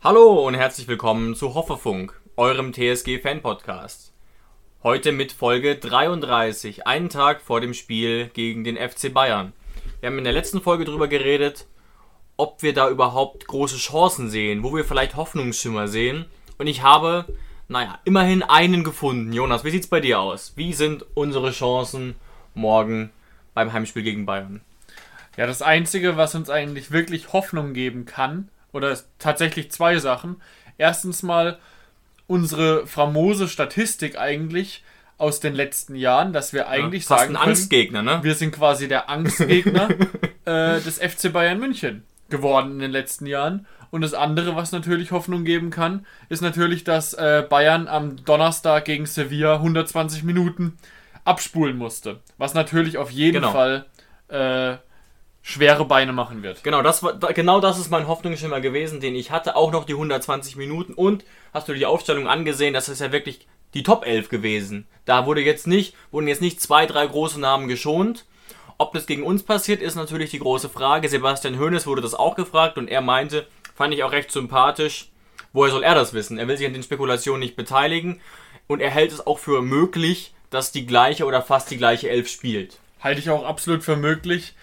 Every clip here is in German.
Hallo und herzlich willkommen zu Hoffefunk, eurem TSG-Fan-Podcast. Heute mit Folge 33, einen Tag vor dem Spiel gegen den FC Bayern. Wir haben in der letzten Folge darüber geredet, ob wir da überhaupt große Chancen sehen, wo wir vielleicht Hoffnungsschimmer sehen. Und ich habe, immerhin einen gefunden. Jonas, wie sieht's bei dir aus? Wie sind unsere Chancen morgen beim Heimspiel gegen Bayern? Ja, das Einzige, was uns eigentlich wirklich Hoffnung geben kann, oder tatsächlich zwei Sachen. Erstens mal unsere famose Statistik eigentlich aus den letzten Jahren, dass wir eigentlich fast sagen ein Angstgegner, ne? Wir sind quasi der Angstgegner des FC Bayern München geworden in den letzten Jahren. Und das andere, was natürlich Hoffnung geben kann, ist natürlich, dass Bayern am Donnerstag gegen Sevilla 120 Minuten abspulen musste. Was natürlich auf jeden Fall schwere Beine machen wird. Genau das ist mein Hoffnungsschimmer gewesen, den ich hatte. Auch noch die 120 Minuten. Und hast du dir die Aufstellung angesehen, das ist ja wirklich die Top 11 gewesen. Da wurden jetzt nicht 2, 3 große Namen geschont. Ob das gegen uns passiert, ist natürlich die große Frage. Sebastian Hoeneß wurde das auch gefragt und er meinte, fand ich auch recht sympathisch, woher soll er das wissen? Er will sich an den Spekulationen nicht beteiligen und er hält es auch für möglich, dass die gleiche oder fast die gleiche 11 spielt. Halte ich auch absolut für möglich.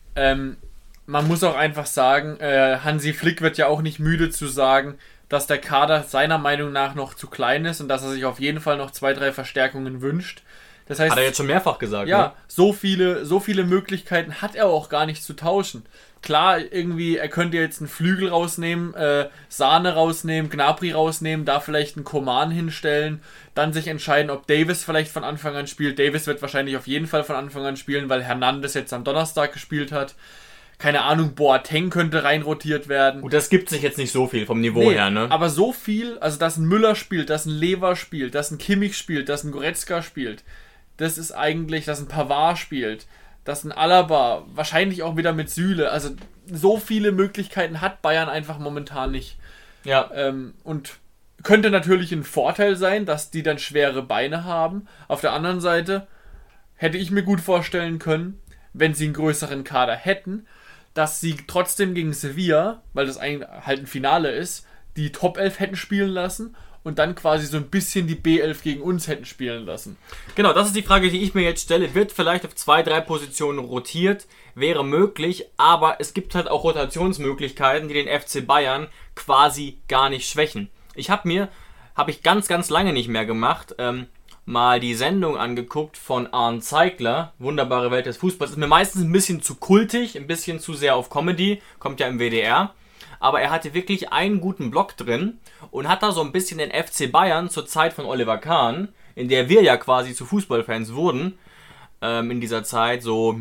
Man muss auch einfach sagen, Hansi Flick wird ja auch nicht müde zu sagen, dass der Kader seiner Meinung nach noch zu klein ist und dass er sich auf jeden Fall noch 2, 3 Verstärkungen wünscht. Das heißt, hat er jetzt schon mehrfach gesagt. Ja, ne? so viele Möglichkeiten hat er auch gar nicht zu tauschen. Klar, irgendwie, er könnte jetzt einen Flügel rausnehmen, Sahne rausnehmen, Gnabry rausnehmen, da vielleicht einen Coman hinstellen, dann sich entscheiden, ob Davis vielleicht von Anfang an spielt. Davis wird wahrscheinlich auf jeden Fall von Anfang an spielen, weil Hernandez jetzt am Donnerstag gespielt hat. Keine Ahnung, Boateng könnte reinrotiert werden. Gut, das gibt sich jetzt nicht so viel vom Niveau her, ne? Aber so viel, also dass ein Müller spielt, dass ein Lever spielt, dass ein Kimmich spielt, dass ein Goretzka spielt, das ist eigentlich, dass ein Pavard spielt, dass ein Alaba, wahrscheinlich auch wieder mit Süle. Also so viele Möglichkeiten hat Bayern einfach momentan nicht. Ja. Und könnte natürlich ein Vorteil sein, dass die dann schwere Beine haben. Auf der anderen Seite hätte ich mir gut vorstellen können, wenn sie einen größeren Kader hätten, dass sie trotzdem gegen Sevilla, weil das eigentlich halt ein Finale ist, die Top 11 hätten spielen lassen und dann quasi so ein bisschen die B11 gegen uns hätten spielen lassen. Genau, das ist die Frage, die ich mir jetzt stelle. Wird vielleicht auf 2, 3 Positionen rotiert? Wäre möglich, aber es gibt halt auch Rotationsmöglichkeiten, die den FC Bayern quasi gar nicht schwächen. Habe ich ganz, ganz lange nicht mehr gemacht, mal die Sendung angeguckt von Arne Zeigler, Wunderbare Welt des Fußballs. Ist mir meistens ein bisschen zu kultig, ein bisschen zu sehr auf Comedy, kommt ja im WDR. Aber er hatte wirklich einen guten Block drin und hat da so ein bisschen den FC Bayern zur Zeit von Oliver Kahn, in der wir ja quasi zu Fußballfans wurden, in dieser Zeit, so,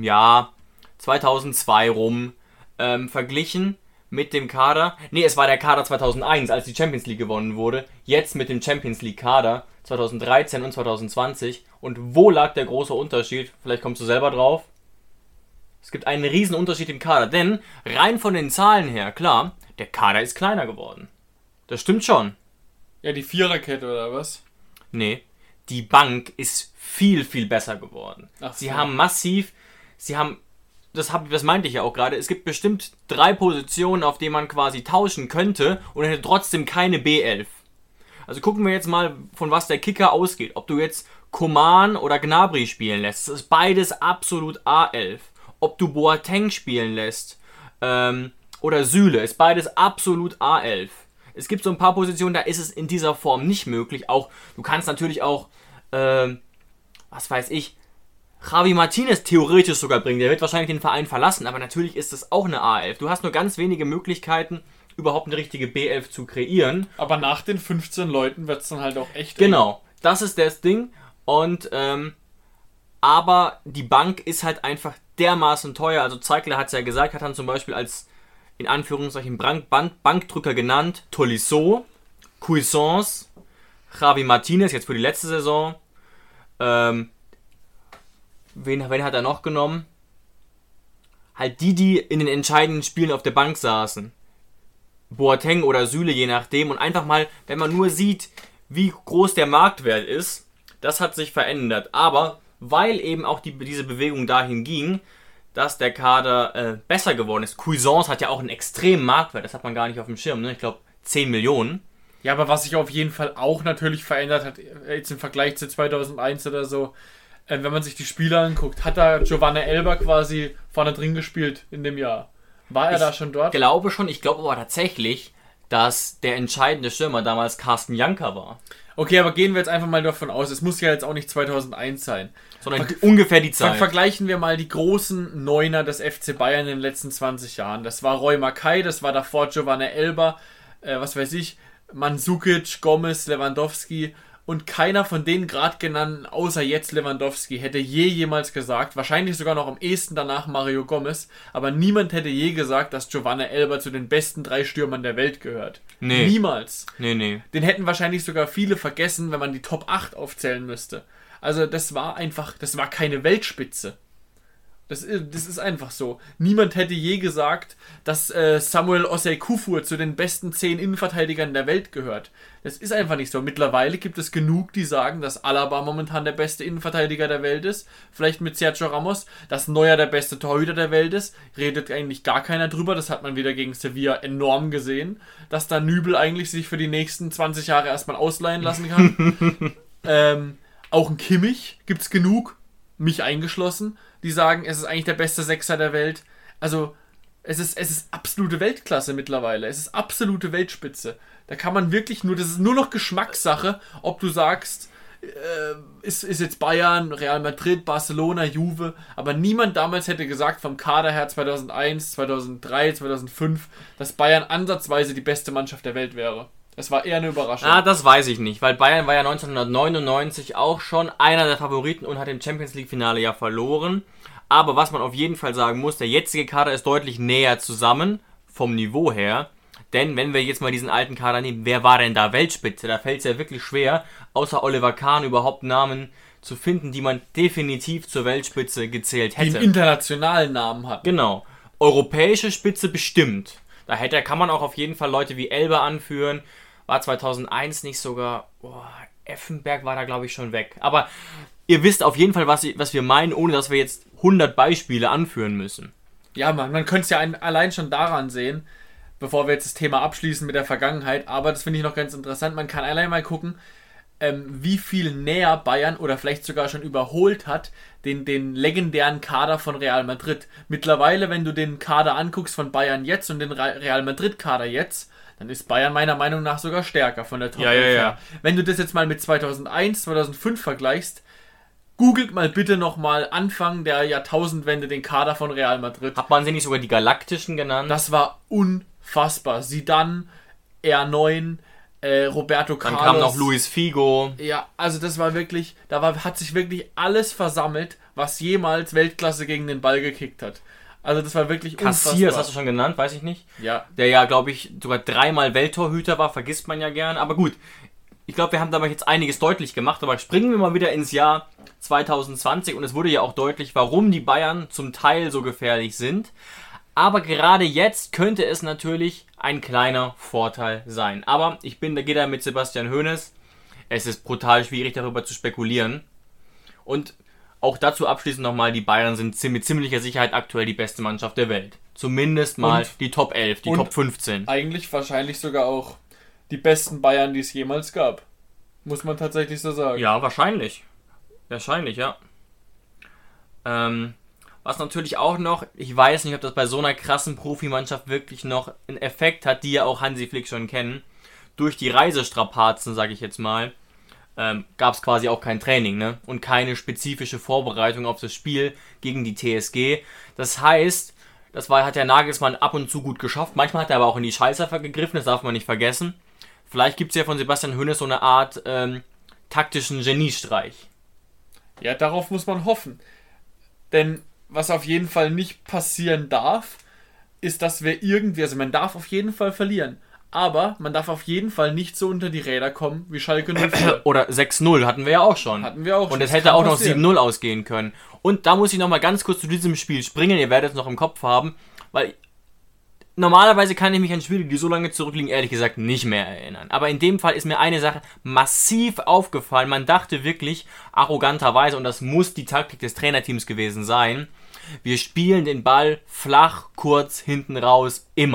2002 rum, verglichen mit dem Kader. Nee, es war der Kader 2001, als die Champions League gewonnen wurde. Jetzt mit dem Champions League Kader 2013 und 2020. Und wo lag der große Unterschied? Vielleicht kommst du selber drauf. Es gibt einen riesen Unterschied im Kader, denn rein von den Zahlen her, klar, der Kader ist kleiner geworden. Das stimmt schon. Ja, die Viererkette oder was? Nee, die Bank ist viel, viel besser geworden. Ach so. Das meinte ich ja auch gerade, es gibt bestimmt 3 Positionen, auf denen man quasi tauschen könnte und hätte trotzdem keine B11. Also gucken wir jetzt mal, von was der Kicker ausgeht. Ob du jetzt Coman oder Gnabry spielen lässt, das ist beides absolut A11. Ob du Boateng spielen lässt oder Süle, ist beides absolut A11. Es gibt so ein paar Positionen, da ist es in dieser Form nicht möglich. Auch du kannst natürlich auch, Javi Martinez theoretisch sogar bringen. Der wird wahrscheinlich den Verein verlassen, aber natürlich ist es auch eine A11. Du hast nur ganz wenige Möglichkeiten, überhaupt eine richtige B11 zu kreieren. Aber nach den 15 Leuten wird es dann halt auch echt Genau, das ist das Ding. Und aber die Bank ist halt einfach dermaßen teuer. Also Zeigler hat es ja gesagt, hat dann zum Beispiel als in Anführungszeichen Bankdrücker genannt Tolisso, Cuisance, Javi Martinez jetzt für die letzte Saison. Wen hat er noch genommen? Halt die in den entscheidenden Spielen auf der Bank saßen. Boateng oder Süle, je nachdem. Und einfach mal, wenn man nur sieht, wie groß der Marktwert ist, das hat sich verändert. Aber weil eben auch diese Bewegung dahin ging, dass der Kader besser geworden ist. Cuisance hat ja auch einen extremen Marktwert, das hat man gar nicht auf dem Schirm. Ne? Ich glaube, 10 Millionen. Ja, aber was sich auf jeden Fall auch natürlich verändert hat, jetzt im Vergleich zu 2001 oder so, wenn man sich die Spiele anguckt, hat da Giovanni Elber quasi vorne drin gespielt in dem Jahr. War er da schon dort? Ich glaube schon. Ich glaube aber tatsächlich, dass der entscheidende Stürmer damals Carsten Janker war. Okay, aber gehen wir jetzt einfach mal davon aus, es muss ja jetzt auch nicht 2001 sein. Sondern ungefähr die Zeit. Vergleichen wir mal die großen Neuner des FC Bayern in den letzten 20 Jahren. Das war Roy Mackay, das war davor Giovanni Elber, Mandzukic, Gomez, Lewandowski und keiner von den gerade genannten, außer jetzt Lewandowski, hätte jemals gesagt, wahrscheinlich sogar noch am ehesten danach Mario Gomez, aber niemand hätte je gesagt, dass Giovanni Elber zu den besten 3 Stürmern der Welt gehört. Nee. Niemals. Nee. Den hätten wahrscheinlich sogar viele vergessen, wenn man die Top 8 aufzählen müsste. Also das war keine Weltspitze. Das ist einfach so. Niemand hätte je gesagt, dass Samuel Osei Kufur zu den besten 10 Innenverteidigern der Welt gehört. Das ist einfach nicht so. Mittlerweile gibt es genug, die sagen, dass Alaba momentan der beste Innenverteidiger der Welt ist. Vielleicht mit Sergio Ramos. Dass Neuer der beste Torhüter der Welt ist. Redet eigentlich gar keiner drüber. Das hat man wieder gegen Sevilla enorm gesehen. Dass da Nübel eigentlich sich für die nächsten 20 Jahre erstmal ausleihen lassen kann. Auch ein Kimmich gibt es genug. Mich eingeschlossen, die sagen, es ist eigentlich der beste Sechser der Welt. Also, es ist absolute Weltklasse mittlerweile. Es ist absolute Weltspitze. Da kann man wirklich das ist nur noch Geschmackssache, ob du sagst, ist jetzt Bayern, Real Madrid, Barcelona, Juve, aber niemand damals hätte gesagt, vom Kader her 2001, 2003, 2005, dass Bayern ansatzweise die beste Mannschaft der Welt wäre. Es war eher eine Überraschung. Das weiß ich nicht, weil Bayern war ja 1999 auch schon einer der Favoriten und hat im Champions-League-Finale ja verloren. Aber was man auf jeden Fall sagen muss, der jetzige Kader ist deutlich näher zusammen, vom Niveau her. Denn wenn wir jetzt mal diesen alten Kader nehmen, wer war denn da Weltspitze? Da fällt es ja wirklich schwer, außer Oliver Kahn überhaupt Namen zu finden, die man definitiv zur Weltspitze gezählt hätte. Die einen internationalen Namen hat. Genau. Europäische Spitze bestimmt. Kann man auch auf jeden Fall Leute wie Elber anführen. War 2001 nicht sogar... Effenberg war da, glaube ich, schon weg. Aber ihr wisst auf jeden Fall, was wir meinen, ohne dass wir jetzt 100 Beispiele anführen müssen. Ja, man könnte es ja allein schon daran sehen, bevor wir jetzt das Thema abschließen mit der Vergangenheit. Aber das finde ich noch ganz interessant. Man kann allein mal gucken, wie viel näher Bayern oder vielleicht sogar schon überholt hat den legendären Kader von Real Madrid. Mittlerweile, wenn du den Kader anguckst von Bayern jetzt und den Real Madrid Kader jetzt, dann ist Bayern meiner Meinung nach sogar stärker von der Top 11 her. Wenn du das jetzt mal mit 2001, 2005 vergleichst, googelt mal bitte nochmal Anfang der Jahrtausendwende den Kader von Real Madrid. Hat man sie nicht sogar die Galaktischen genannt? Das war unfassbar. Zidane, R9, Roberto Carlos. Dann kam noch Luis Figo. Ja, also das war wirklich, hat sich wirklich alles versammelt, was jemals Weltklasse gegen den Ball gekickt hat. Also das war wirklich unfassbar. Das hast du schon genannt, weiß ich nicht. Ja. Der ja, glaube ich, sogar 3-mal Welttorhüter war, vergisst man ja gern. Aber gut, ich glaube, wir haben dabei jetzt einiges deutlich gemacht. Aber springen wir mal wieder ins Jahr 2020. Und es wurde ja auch deutlich, warum die Bayern zum Teil so gefährlich sind. Aber gerade jetzt könnte es natürlich ein kleiner Vorteil sein. Aber ich gehe da mit Sebastian Hoeneß. Es ist brutal schwierig, darüber zu spekulieren. Und auch dazu abschließend nochmal, die Bayern sind mit ziemlicher Sicherheit aktuell die beste Mannschaft der Welt. Zumindest mal die Top 11, die Top 15. Eigentlich wahrscheinlich sogar auch die besten Bayern, die es jemals gab. Muss man tatsächlich so sagen. Ja, wahrscheinlich. Wahrscheinlich, ja. Was natürlich auch noch, ich weiß nicht, ob das bei so einer krassen Profimannschaft wirklich noch einen Effekt hat, die ja auch Hansi Flick schon kennen. Durch die Reisestrapazen, sage ich jetzt mal, gab es quasi auch kein Training, ne? Und keine spezifische Vorbereitung auf das Spiel gegen die TSG. Das heißt, hat der Nagelsmann ab und zu gut geschafft. Manchmal hat er aber auch in die Scheißerfer gegriffen, das darf man nicht vergessen. Vielleicht gibt es ja von Sebastian Hoeneß so eine Art taktischen Geniestreich. Ja, darauf muss man hoffen. Denn was auf jeden Fall nicht passieren darf, ist, dass wir also man darf auf jeden Fall verlieren. Aber man darf auf jeden Fall nicht so unter die Räder kommen wie Schalke 04. Oder 6-0 hatten wir ja auch schon. Und es hätte auch noch 7-0 ausgehen können. Und da muss ich nochmal ganz kurz zu diesem Spiel springen. Ihr werdet es noch im Kopf haben. Weil normalerweise kann ich mich an Spiele, die so lange zurückliegen, ehrlich gesagt nicht mehr erinnern. Aber in dem Fall ist mir eine Sache massiv aufgefallen. Man dachte wirklich arroganterweise, und das muss die Taktik des Trainerteams gewesen sein, wir spielen den Ball flach, kurz, hinten raus, immer.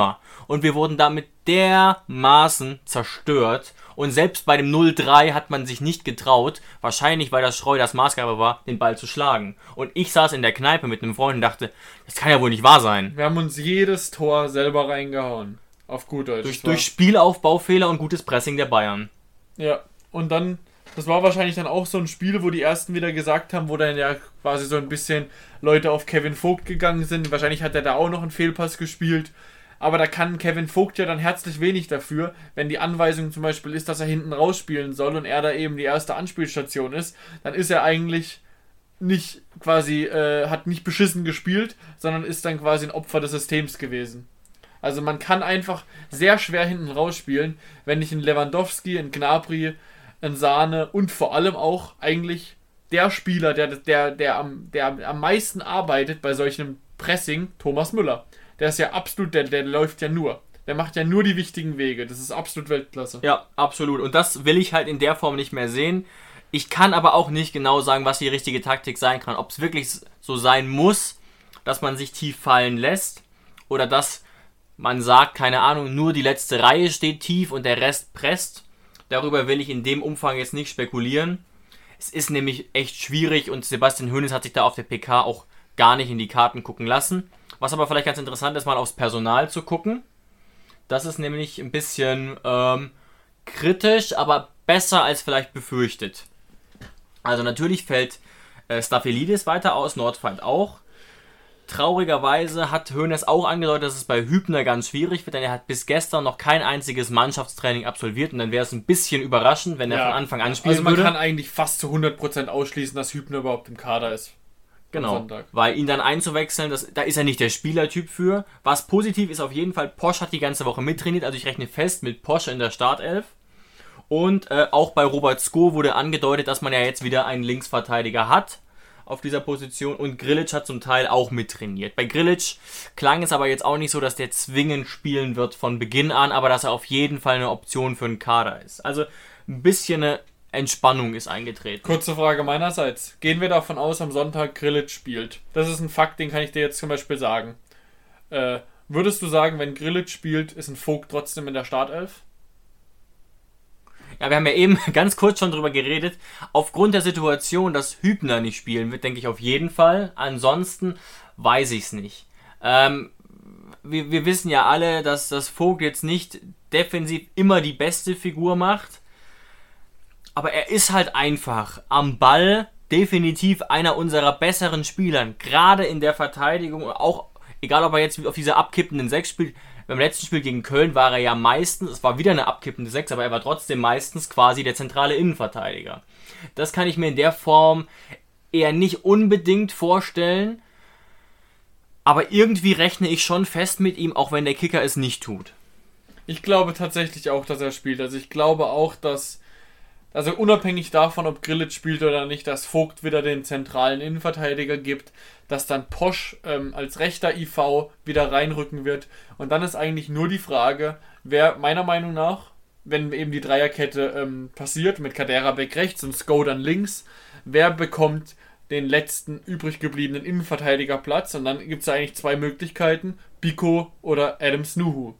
und wir wurden damit dermaßen zerstört. Und selbst bei dem 0-3 hat man sich nicht getraut, wahrscheinlich weil das Schreuders Maßgabe war, den Ball zu schlagen. Und ich saß in der Kneipe mit einem Freund und dachte, das kann ja wohl nicht wahr sein. Wir haben uns jedes Tor selber reingehauen. Auf gut Deutsch. Durch Spielaufbaufehler und gutes Pressing der Bayern. Ja, und dann, das war wahrscheinlich dann auch so ein Spiel, wo die Ersten wieder gesagt haben, wo dann ja quasi so ein bisschen Leute auf Kevin Vogt gegangen sind. Wahrscheinlich hat er da auch noch einen Fehlpass gespielt. Aber da kann Kevin Vogt ja dann herzlich wenig dafür, wenn die Anweisung zum Beispiel ist, dass er hinten rausspielen soll und er da eben die erste Anspielstation ist, dann ist er eigentlich nicht quasi, hat nicht beschissen gespielt, sondern ist dann quasi ein Opfer des Systems gewesen. Also man kann einfach sehr schwer hinten rausspielen, wenn nicht ein Lewandowski, ein Gnabry, ein Sahne und vor allem auch eigentlich der Spieler, der am meisten arbeitet bei solchem Pressing, Thomas Müller. Der ist ja absolut, der läuft ja nur. Der macht ja nur die wichtigen Wege. Das ist absolut Weltklasse. Ja, absolut. Und das will ich halt in der Form nicht mehr sehen. Ich kann aber auch nicht genau sagen, was die richtige Taktik sein kann. Ob es wirklich so sein muss, dass man sich tief fallen lässt oder dass man sagt, keine Ahnung, nur die letzte Reihe steht tief und der Rest presst. Darüber will ich in dem Umfang jetzt nicht spekulieren. Es ist nämlich echt schwierig und Sebastian Hoeneß hat sich da auf der PK auch gar nicht in die Karten gucken lassen. Was aber vielleicht ganz interessant ist, mal aufs Personal zu gucken. Das ist nämlich ein bisschen kritisch, aber besser als vielleicht befürchtet. Also natürlich fällt Staphylides weiter aus, Nordfeind auch. Traurigerweise hat Hoeneß auch angedeutet, dass es bei Hübner ganz schwierig wird, denn er hat bis gestern noch kein einziges Mannschaftstraining absolviert und dann wäre es ein bisschen überraschend, wenn er von Anfang an spielen würde. Also man kann eigentlich fast zu 100% ausschließen, dass Hübner überhaupt im Kader ist. Genau, weil ihn dann einzuwechseln, da ist er nicht der Spielertyp für. Was positiv ist auf jeden Fall, Posch hat die ganze Woche mittrainiert, also ich rechne fest mit Posch in der Startelf. Und auch bei Robert Sko wurde angedeutet, dass man ja jetzt wieder einen Linksverteidiger hat auf dieser Position und Grillitsch hat zum Teil auch mittrainiert. Bei Grillitsch klang es aber jetzt auch nicht so, dass der zwingend spielen wird von Beginn an, aber dass er auf jeden Fall eine Option für einen Kader ist. Also ein bisschen eine Entspannung ist eingetreten. Kurze Frage meinerseits. Gehen wir davon aus, am Sonntag Grillitsch spielt? Das ist ein Fakt, den kann ich dir jetzt zum Beispiel sagen. Würdest du sagen, wenn Grillitsch spielt, ist ein Vogt trotzdem in der Startelf? Ja, wir haben ja eben ganz kurz schon drüber geredet. Aufgrund der Situation, dass Hübner nicht spielen wird, denke ich auf jeden Fall. Ansonsten weiß ich es nicht. Wir wissen ja alle, dass das Vogt jetzt nicht defensiv immer die beste Figur macht. Aber er ist halt einfach am Ball definitiv einer unserer besseren Spieler. Gerade in der Verteidigung, auch egal ob er jetzt auf dieser abkippenden 6 spielt. Beim letzten Spiel gegen Köln war er ja meistens, es war wieder eine abkippende 6, aber er war trotzdem meistens quasi der zentrale Innenverteidiger. Das kann ich mir in der Form eher nicht unbedingt vorstellen. Aber irgendwie rechne ich schon fest mit ihm, auch wenn der Kicker es nicht tut. Ich glaube tatsächlich auch, dass er spielt. Also ich glaube auch, dass, also unabhängig davon, ob Grillitsch spielt oder nicht, dass Vogt wieder den zentralen Innenverteidiger gibt, dass dann Posch als rechter IV wieder reinrücken wird. Und dann ist eigentlich nur die Frage, wer meiner Meinung nach, wenn eben die Dreierkette passiert, mit Kaderabek rechts und Sko dann links, wer bekommt den letzten übrig gebliebenen Innenverteidigerplatz? Und dann gibt es eigentlich 2 Möglichkeiten, Biko oder Adam Snuhu.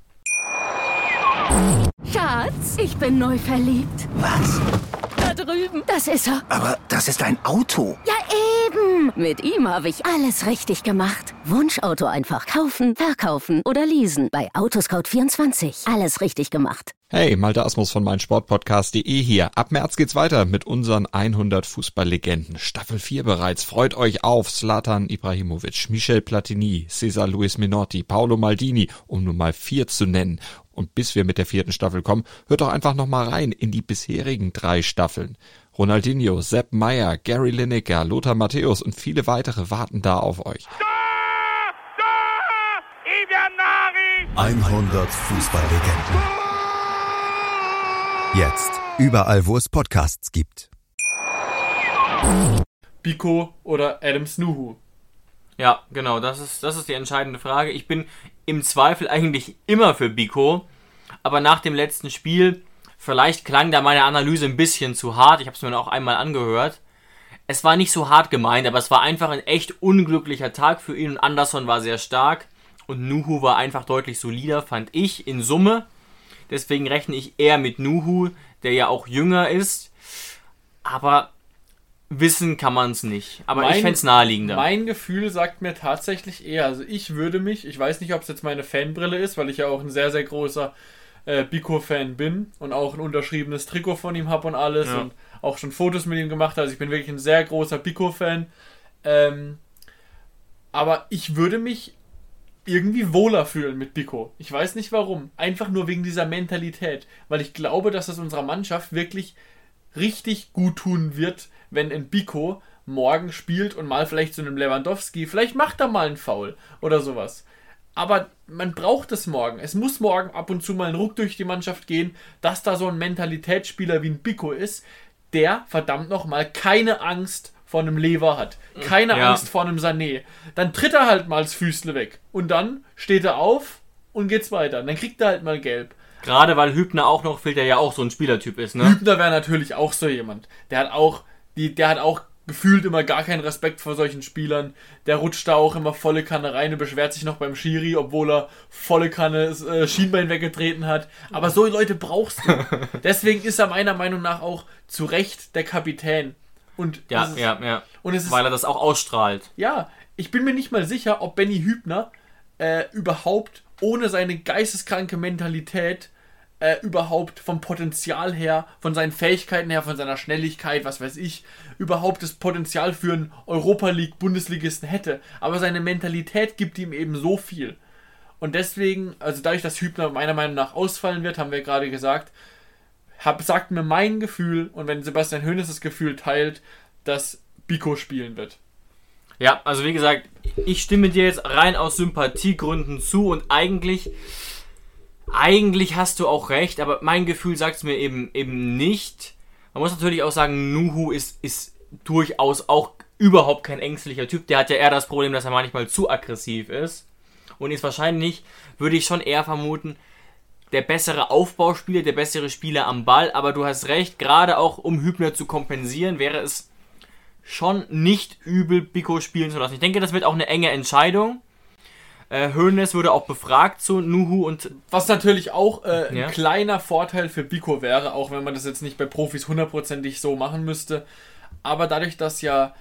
Schatz, ich bin neu verliebt. Was? Da drüben. Das ist er. Aber das ist ein Auto. Ja, eben. Mit ihm habe ich alles richtig gemacht. Wunschauto einfach kaufen, verkaufen oder leasen. Bei Autoscout24. Alles richtig gemacht. Hey, Malte Asmus von meinsportpodcast.de hier. Ab März geht's weiter mit unseren 100 Fußballlegenden. Staffel 4 bereits. Freut euch auf Zlatan Ibrahimovic, Michel Platini, Cesar Luis Minotti, Paolo Maldini, um nur mal 4 zu nennen. Und bis wir mit der 4. Staffel kommen, hört doch einfach nochmal rein in die bisherigen 3 Staffeln. Ronaldinho, Sepp Maier, Gary Lineker, Lothar Matthäus und viele weitere warten da auf euch. 100 Fußballlegenden. Jetzt überall, wo es Podcasts gibt. Biko oder Adam Snuhu? Ja, genau, das ist die entscheidende Frage. Ich bin im Zweifel eigentlich immer für Biko, aber nach dem letzten Spiel, vielleicht klang da meine Analyse ein bisschen zu hart, ich habe es mir auch einmal angehört. Es war nicht so hart gemeint, aber es war einfach ein echt unglücklicher Tag für ihn und Anderson war sehr stark. Und Nuhu war einfach deutlich solider, fand ich, in Summe. Deswegen rechne ich eher mit Nuhu, der ja auch jünger ist. Aber wissen kann man es nicht. Aber ich fände es naheliegender. Mein Gefühl sagt mir tatsächlich eher, also ich weiß nicht, ob es jetzt meine Fanbrille ist, weil ich ja auch ein sehr, sehr großer Biko-Fan bin und auch ein unterschriebenes Trikot von ihm habe und alles und auch schon Fotos mit ihm gemacht habe. Also ich bin wirklich ein sehr großer Biko-Fan. Aber ich würde mich irgendwie wohler fühlen mit Biko. Ich weiß nicht warum. Einfach nur wegen dieser Mentalität. Weil ich glaube, dass es unserer Mannschaft wirklich richtig gut tun wird, wenn ein Biko morgen spielt und mal vielleicht zu einem Lewandowski, vielleicht macht er mal einen Foul oder sowas. Aber man braucht es morgen. Es muss morgen ab und zu mal ein Ruck durch die Mannschaft gehen, dass da so ein Mentalitätsspieler wie ein Biko ist, der verdammt nochmal keine Angst vor einem Lever hat. Keine Angst vor einem Sané. Dann tritt er halt mal das Füßle weg. Und dann steht er auf und geht's weiter. Dann kriegt er halt mal gelb. Gerade weil Hübner auch noch fehlt, der ja auch so ein Spielertyp ist, ne? Hübner wäre natürlich auch so jemand. Der hat auch gefühlt immer gar keinen Respekt vor solchen Spielern. Der rutscht da auch immer volle Kanne rein und beschwert sich noch beim Schiri, obwohl er volle Kanne Schienbein weggetreten hat. Aber so Leute brauchst du. Deswegen ist er meiner Meinung nach auch zu Recht der Kapitän. Und weil er das auch ausstrahlt. Ja, ich bin mir nicht mal sicher, ob Benny Hübner überhaupt ohne seine geisteskranke Mentalität überhaupt vom Potenzial her, von seinen Fähigkeiten her, von seiner Schnelligkeit, was weiß ich, überhaupt das Potenzial für einen Europa-League-Bundesligisten hätte. Aber seine Mentalität gibt ihm eben so viel. Und deswegen, also dadurch, dass Hübner meiner Meinung nach ausfallen wird, haben wir gerade gesagt, sagt mir mein Gefühl, und wenn Sebastian Hoeneß das Gefühl teilt, dass Biko spielen wird. Ja, also wie gesagt, ich stimme dir jetzt rein aus Sympathiegründen zu und eigentlich hast du auch recht, aber mein Gefühl sagt es mir eben nicht. Man muss natürlich auch sagen, Nuhu ist durchaus auch überhaupt kein ängstlicher Typ. Der hat ja eher das Problem, dass er manchmal zu aggressiv ist und ist wahrscheinlich, würde ich schon eher vermuten, der bessere Aufbauspieler, der bessere Spieler am Ball, aber du hast recht, gerade auch um Hübner zu kompensieren, wäre es schon nicht übel, Biko spielen zu lassen. Ich denke, das wird auch eine enge Entscheidung. Hoeneß wurde auch befragt zu Nuhu und... Was natürlich auch ein kleiner Vorteil für Biko wäre, auch wenn man das jetzt nicht bei Profis hundertprozentig so machen müsste, aber dadurch, dass ja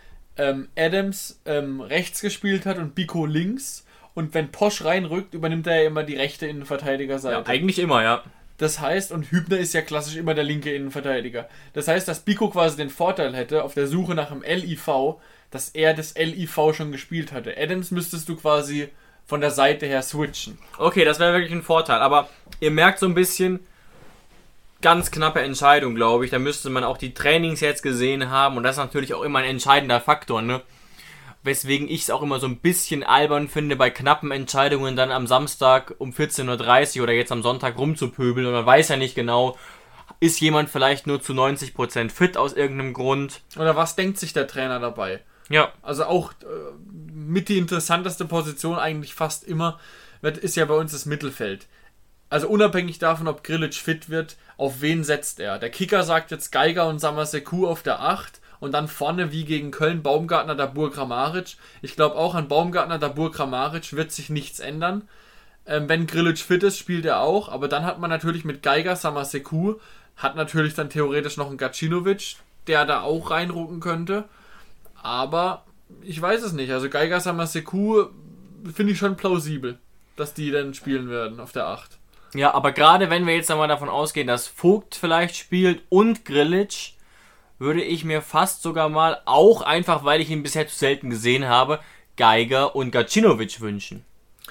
Adams rechts gespielt hat und Biko links, und wenn Posch reinrückt, übernimmt er ja immer die rechte Innenverteidigerseite. Ja, eigentlich immer, ja. Das heißt, und Hübner ist ja klassisch immer der linke Innenverteidiger. Das heißt, dass Biko quasi den Vorteil hätte, auf der Suche nach dem LIV, dass er das LIV schon gespielt hatte. Adams müsstest du quasi von der Seite her switchen. Okay, das wäre wirklich ein Vorteil. Aber ihr merkt so ein bisschen, ganz knappe Entscheidung, glaube ich. Da müsste man auch die Trainings jetzt gesehen haben. Und das ist natürlich auch immer ein entscheidender Faktor, ne? Weswegen ich es auch immer so ein bisschen albern finde, bei knappen Entscheidungen dann am Samstag um 14.30 Uhr oder jetzt am Sonntag rumzupöbeln. Und man weiß ja nicht genau, ist jemand vielleicht nur zu 90% fit aus irgendeinem Grund. Oder was denkt sich der Trainer dabei? Ja. Also auch mit die interessanteste Position eigentlich fast immer ist ja bei uns das Mittelfeld. Also unabhängig davon, ob Grilic fit wird, auf wen setzt er? Der Kicker sagt jetzt Geiger und Samaseku auf der 8. Und dann vorne wie gegen Köln Baumgartner, Dabur, Kramaric. Ich glaube auch an Baumgartner, Dabur, Kramaric wird sich nichts ändern. Wenn Grilic fit ist, spielt er auch. Aber dann hat man natürlich mit Geiger, Samaseku, hat natürlich dann theoretisch noch einen Gacinovic, der da auch reinrücken könnte. Aber ich weiß es nicht. Also Geiger, Samaseku finde ich schon plausibel, dass die dann spielen werden auf der 8. Ja, aber gerade wenn wir jetzt einmal davon ausgehen, dass Vogt vielleicht spielt und Grilic, würde ich mir fast sogar mal, auch einfach, weil ich ihn bisher zu selten gesehen habe, Geiger und Gacinovic wünschen.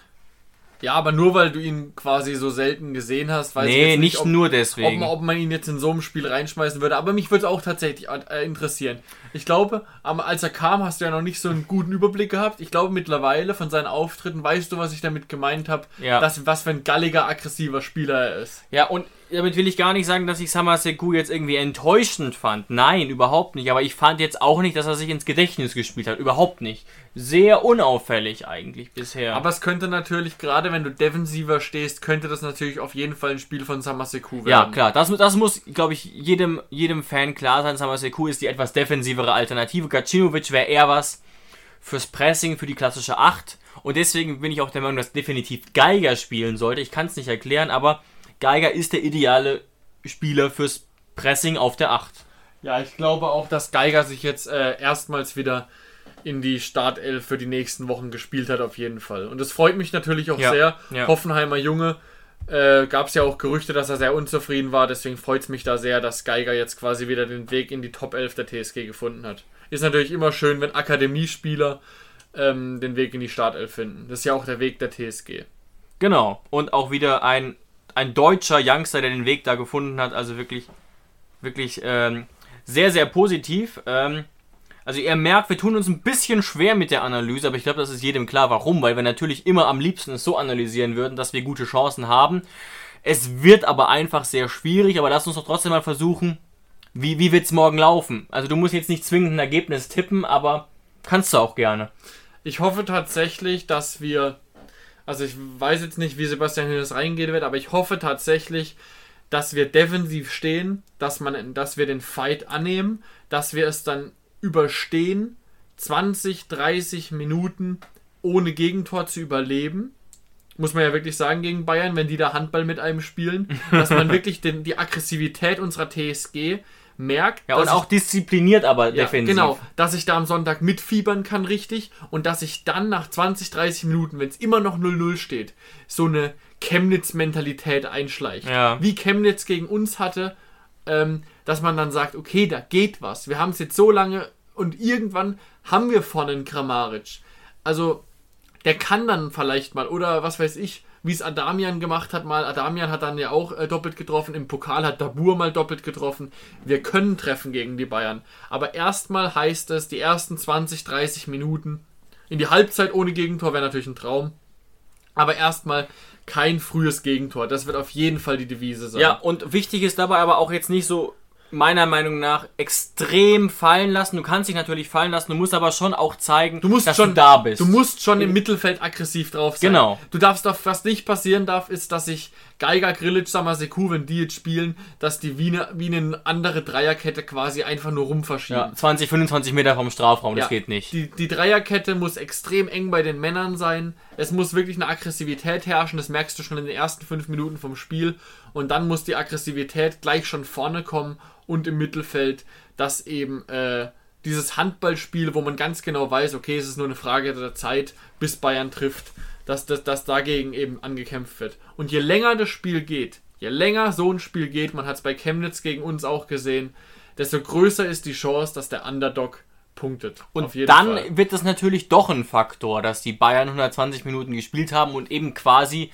Ja, aber nur weil du ihn quasi so selten gesehen hast, weiß ich jetzt nicht nur deswegen. Ob man ihn jetzt in so einem Spiel reinschmeißen würde. Aber mich würde es auch tatsächlich interessieren. Ich glaube, als er kam, hast du ja noch nicht so einen guten Überblick gehabt. Ich glaube, mittlerweile von seinen Auftritten weißt du, was ich damit gemeint habe. Ja. Was für ein galliger, aggressiver Spieler er ist. Ja, und damit will ich gar nicht sagen, dass ich Samaseku jetzt irgendwie enttäuschend fand. Nein, überhaupt nicht. Aber ich fand jetzt auch nicht, dass er sich ins Gedächtnis gespielt hat. Überhaupt nicht. Sehr unauffällig eigentlich bisher. Aber es könnte natürlich, gerade wenn du defensiver stehst, könnte das natürlich auf jeden Fall ein Spiel von Samaseku werden. Ja, klar. Das muss, glaube ich, jedem Fan klar sein. Samaseku ist die etwas defensivere Alternative. Gacinovic wäre eher was fürs Pressing, für die klassische 8. Und deswegen bin ich auch der Meinung, dass definitiv Geiger spielen sollte. Ich kann es nicht erklären, aber Geiger ist der ideale Spieler fürs Pressing auf der 8. Ja, ich glaube auch, dass Geiger sich jetzt erstmals wieder in die Startelf für die nächsten Wochen gespielt hat, auf jeden Fall. Und es freut mich natürlich auch sehr. Ja. Hoffenheimer Junge, gab es ja auch Gerüchte, dass er sehr unzufrieden war. Deswegen freut es mich da sehr, dass Geiger jetzt quasi wieder den Weg in die Top 11 der TSG gefunden hat. Ist natürlich immer schön, wenn Akademiespieler den Weg in die Startelf finden. Das ist ja auch der Weg der TSG. Genau. Und auch wieder ein deutscher Youngster, der den Weg da gefunden hat. Also wirklich sehr, sehr positiv. Also ihr merkt, wir tun uns ein bisschen schwer mit der Analyse, aber ich glaube, das ist jedem klar, warum. Weil wir natürlich immer am liebsten es so analysieren würden, dass wir gute Chancen haben. Es wird aber einfach sehr schwierig, aber lass uns doch trotzdem mal versuchen, wie wird es morgen laufen. Also du musst jetzt nicht zwingend ein Ergebnis tippen, aber kannst du auch gerne. Ich hoffe tatsächlich, dass wir, also ich weiß jetzt nicht, wie Sebastian Hoeneß reingehen wird, aber ich hoffe tatsächlich, dass wir defensiv stehen, dass wir den Fight annehmen, dass wir es dann überstehen, 20, 30 Minuten ohne Gegentor zu überleben. Muss man ja wirklich sagen gegen Bayern, wenn die da Handball mit einem spielen, dass man wirklich die Aggressivität unserer TSG merkt. Ja, und auch diszipliniert, aber defensiv. Genau, dass ich da am Sonntag mitfiebern kann richtig und dass ich dann nach 20, 30 Minuten, wenn es immer noch 0-0 steht, so eine Chemnitz-Mentalität einschleicht. Ja. Wie Chemnitz gegen uns hatte, dass man dann sagt, okay, da geht was. Wir haben es jetzt so lange und irgendwann haben wir vorne einen Kramaric. Also, der kann dann vielleicht mal, oder was weiß ich, wie es Adamian gemacht hat mal. Adamian hat dann ja auch doppelt getroffen. Im Pokal hat Dabur mal doppelt getroffen. Wir können treffen gegen die Bayern. Aber erstmal heißt es, die ersten 20, 30 Minuten in die Halbzeit ohne Gegentor wäre natürlich ein Traum. Aber erstmal kein frühes Gegentor. Das wird auf jeden Fall die Devise sein. Ja, und wichtig ist dabei aber auch jetzt nicht so, meiner Meinung nach, extrem fallen lassen. Du kannst dich natürlich fallen lassen, du musst aber schon auch zeigen, dass du da bist. Du musst schon im Mittelfeld aggressiv drauf sein. Genau. Du darfst doch, was nicht passieren darf, ist, dass sich Geiger, Grilic, Samaseku, wenn die jetzt spielen, dass die wie eine andere Dreierkette quasi einfach nur rumverschieben. Ja, 20, 25 Meter vom Strafraum, das geht nicht. Die Dreierkette muss extrem eng bei den Männern sein. Es muss wirklich eine Aggressivität herrschen, das merkst du schon in den ersten 5 Minuten vom Spiel. Und dann muss die Aggressivität gleich schon vorne kommen und im Mittelfeld, dass eben dieses Handballspiel, wo man ganz genau weiß, okay, es ist nur eine Frage der Zeit, bis Bayern trifft, dass dagegen eben angekämpft wird. Und je länger das Spiel geht, je länger so ein Spiel geht, man hat es bei Chemnitz gegen uns auch gesehen, desto größer ist die Chance, dass der Underdog punktet. Und dann wird das natürlich doch ein Faktor, dass die Bayern 120 Minuten gespielt haben und eben quasi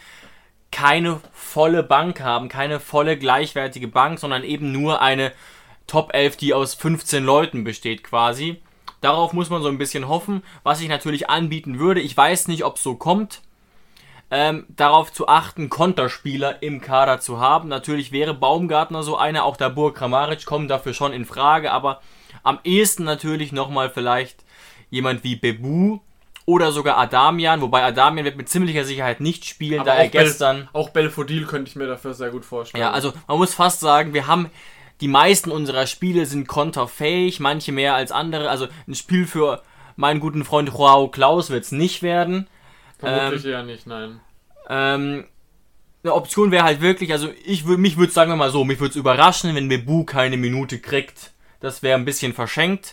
keine volle Bank haben, keine volle gleichwertige Bank, sondern eben nur eine Top 11, die aus 15 Leuten besteht quasi. Darauf muss man so ein bisschen hoffen, was ich natürlich anbieten würde. Ich weiß nicht, ob es so kommt. Darauf zu achten, Konterspieler im Kader zu haben. Natürlich wäre Baumgartner so einer, auch der Dabur, Kramaric kommen dafür schon in Frage, aber am ehesten natürlich nochmal vielleicht jemand wie Bebu oder sogar Adamian, wobei Adamian wird mit ziemlicher Sicherheit nicht spielen, aber da er gestern... Auch Belfodil könnte ich mir dafür sehr gut vorstellen. Ja, also man muss fast sagen, die meisten unserer Spiele sind konterfähig, manche mehr als andere. Also ein Spiel für meinen guten Freund Joao Klaus wird es nicht werden. Vermutlich eher nicht, nein. Eine Option wäre halt wirklich, also mich würde es, sagen wir mal so, mich würde es überraschen, wenn Bebu keine Minute kriegt. Das wäre ein bisschen verschenkt.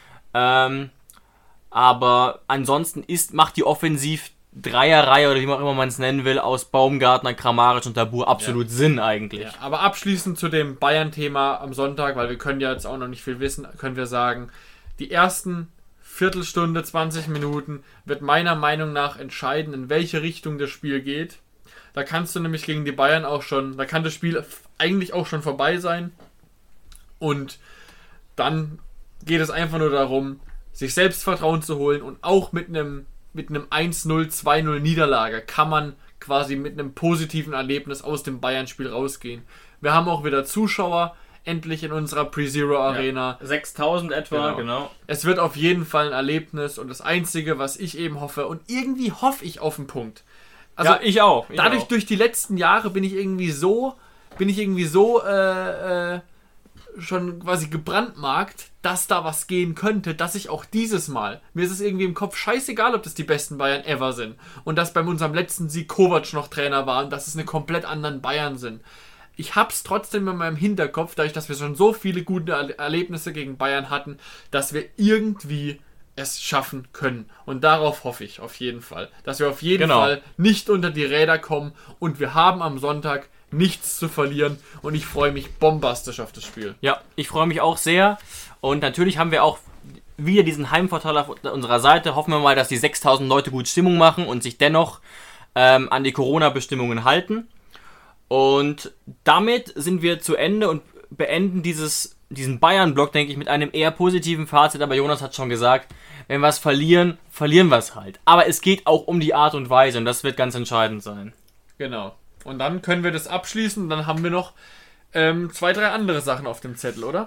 Aber ansonsten macht die Offensiv-Dreierreihe oder wie auch immer man es nennen will, aus Baumgartner, Kramaric und Dabur absolut Sinn eigentlich. Ja, aber abschließend zu dem Bayern-Thema am Sonntag, weil wir können ja jetzt auch noch nicht viel wissen, können wir sagen, die ersten Viertelstunde, 20 Minuten wird meiner Meinung nach entscheiden, in welche Richtung das Spiel geht. Da kannst du nämlich gegen die Bayern da kann das Spiel eigentlich auch schon vorbei sein. Und dann geht es einfach nur darum, sich Selbstvertrauen zu holen und auch mit einem 1-0, 2-0 Niederlage kann man quasi mit einem positiven Erlebnis aus dem Bayern-Spiel rausgehen. Wir haben auch wieder Zuschauer, endlich in unserer Pre-Zero Arena. Ja, 6.000 etwa, genau. Es wird auf jeden Fall ein Erlebnis und das Einzige, was ich eben hoffe, und irgendwie hoffe ich auf einen Punkt. Also ja, ich auch. Durch die letzten Jahre bin ich irgendwie so schon quasi gebrandmarkt, dass da was gehen könnte, dass ich auch dieses Mal, mir ist es irgendwie im Kopf scheißegal, ob das die besten Bayern ever sind und dass bei unserem letzten Sieg Kovac noch Trainer war und dass es eine komplett anderen Bayern sind. Ich hab's trotzdem in meinem Hinterkopf, dadurch, dass wir schon so viele gute Erlebnisse gegen Bayern hatten, dass wir irgendwie es schaffen können. Und darauf hoffe ich auf jeden Fall. Dass wir auf jeden Fall nicht unter die Räder kommen und wir haben am Sonntag nichts zu verlieren und ich freue mich bombastisch auf das Spiel. Ja, ich freue mich auch sehr und natürlich haben wir auch wieder diesen Heimvorteil auf unserer Seite. Hoffen wir mal, dass die 6000 Leute gut Stimmung machen und sich dennoch an die Corona-Bestimmungen halten. Und damit sind wir zu Ende und beenden diesen Bayern-Block, denke ich, mit einem eher positiven Fazit. Aber Jonas hat schon gesagt, wenn wir es verlieren, verlieren wir es halt. Aber es geht auch um die Art und Weise und das wird ganz entscheidend sein. Genau. Und dann können wir das abschließen und dann haben wir noch 2, 3 andere Sachen auf dem Zettel, oder?